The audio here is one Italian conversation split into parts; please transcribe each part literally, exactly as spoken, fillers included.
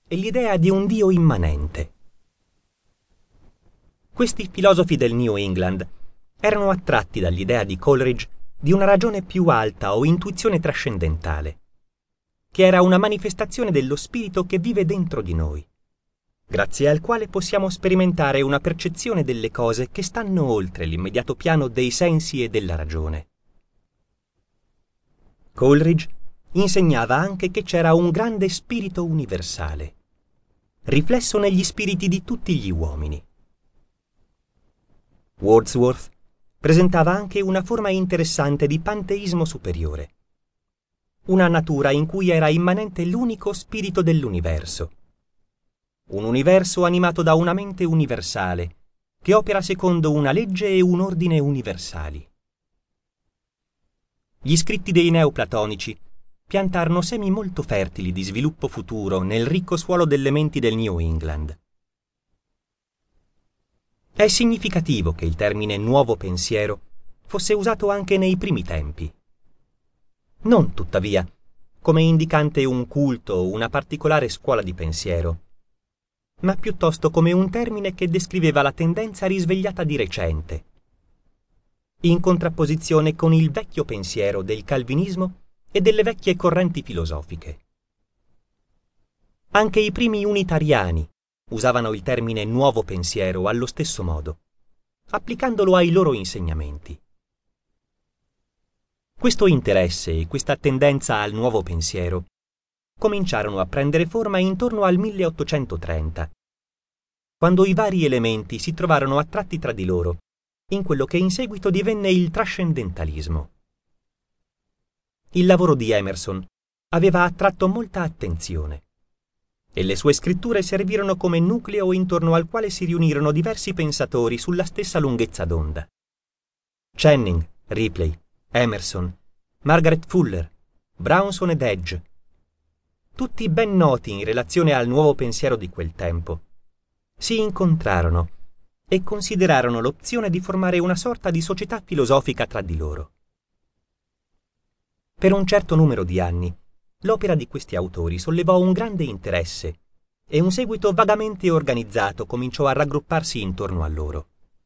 e l'idea di un Dio immanente. Questi filosofi del New England erano attratti dall'idea di Coleridge di una ragione più alta o intuizione trascendentale, che era una manifestazione dello spirito che vive dentro di noi, grazie al quale possiamo sperimentare una percezione delle cose che stanno oltre l'immediato piano dei sensi e della ragione. Coleridge insegnava anche che c'era un grande spirito universale, riflesso negli spiriti di tutti gli uomini. Wordsworth presentava anche una forma interessante di panteismo superiore, una natura in cui era immanente l'unico spirito dell'universo, un universo animato da una mente universale che opera secondo una legge e un ordine universali. Gli scritti dei neoplatonici piantarono semi molto fertili di sviluppo futuro nel ricco suolo delle menti del New England. È significativo che il termine nuovo pensiero fosse usato anche nei primi tempi. Non, tuttavia, come indicante un culto o una particolare scuola di pensiero, ma piuttosto come un termine che descriveva la tendenza risvegliata di recente, in contrapposizione con il vecchio pensiero del calvinismo e delle vecchie correnti filosofiche. Anche i primi unitariani usavano il termine nuovo pensiero allo stesso modo, applicandolo ai loro insegnamenti. Questo interesse e questa tendenza al nuovo pensiero cominciarono a prendere forma intorno al milleottocentotrenta, quando i vari elementi si trovarono attratti tra di loro in quello che in seguito divenne il trascendentalismo. Il lavoro di Emerson aveva attratto molta attenzione e le sue scritture servirono come nucleo intorno al quale si riunirono diversi pensatori sulla stessa lunghezza d'onda. Channing, Ripley, Emerson, Margaret Fuller, Brownson ed Edge, tutti ben noti in relazione al nuovo pensiero di quel tempo, si incontrarono e considerarono l'opzione di formare una sorta di società filosofica tra di loro. Per un certo numero di anni, l'opera di questi autori sollevò un grande interesse e un seguito vagamente organizzato cominciò a raggrupparsi intorno a loro.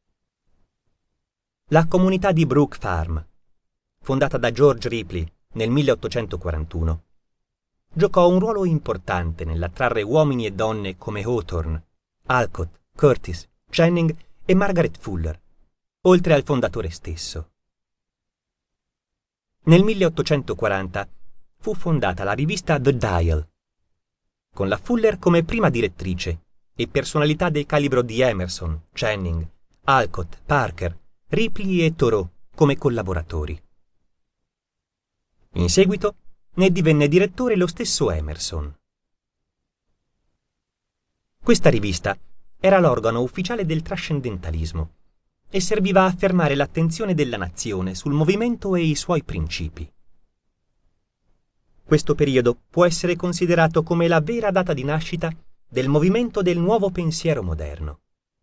La comunità di Brook Farm, fondata da George Ripley nel milleottocentoquarantuno, giocò un ruolo importante nell'attrarre uomini e donne come Hawthorne, Alcott, Curtis, Channing e Margaret Fuller, oltre al fondatore stesso. Nel milleottocentoquaranta fu fondata la rivista The Dial, con la Fuller come prima direttrice e personalità del calibro di Emerson, Channing, Alcott, Parker, Ripley e Thoreau come collaboratori. In seguito ne divenne direttore lo stesso Emerson. Questa rivista era l'organo ufficiale del trascendentalismo e serviva a affermare l'attenzione della nazione sul movimento e i suoi principi. Questo periodo può essere considerato come la vera data di nascita del movimento del nuovo pensiero moderno.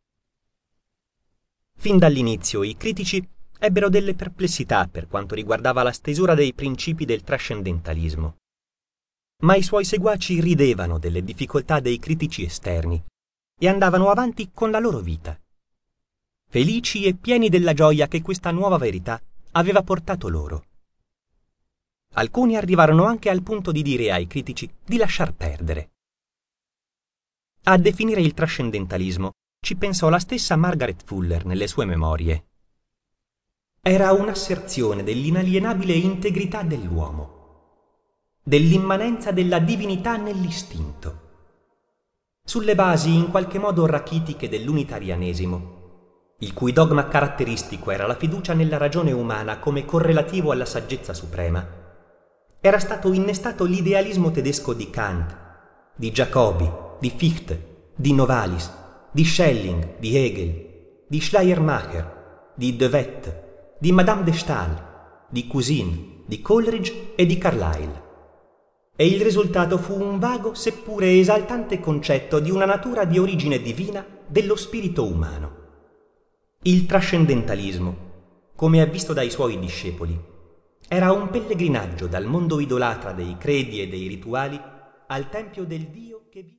Fin dall'inizio i critici ebbero delle perplessità per quanto riguardava la stesura dei principi del trascendentalismo, ma i suoi seguaci ridevano delle difficoltà dei critici esterni e andavano avanti con la loro vita, felici e pieni della gioia che questa nuova verità aveva portato loro. Alcuni arrivarono anche al punto di dire ai critici di lasciar perdere. A definire il trascendentalismo ci pensò la stessa Margaret Fuller nelle sue memorie. Era un'asserzione dell'inalienabile integrità dell'uomo, dell'immanenza della divinità nell'istinto, sulle basi in qualche modo rachitiche dell'unitarianesimo, il cui dogma caratteristico era la fiducia nella ragione umana come correlativo alla saggezza suprema. Era stato innestato l'idealismo tedesco di Kant, di Jacobi, di Fichte, di Novalis, di Schelling, di Hegel, di Schleiermacher, di De Wet, di Madame de Stael, di Cousin, di Coleridge e di Carlyle. E il risultato fu un vago seppure esaltante concetto di una natura di origine divina dello spirito umano. Il trascendentalismo, come è visto dai suoi discepoli, era un pellegrinaggio dal mondo idolatra dei credi e dei rituali al tempio del Dio che vive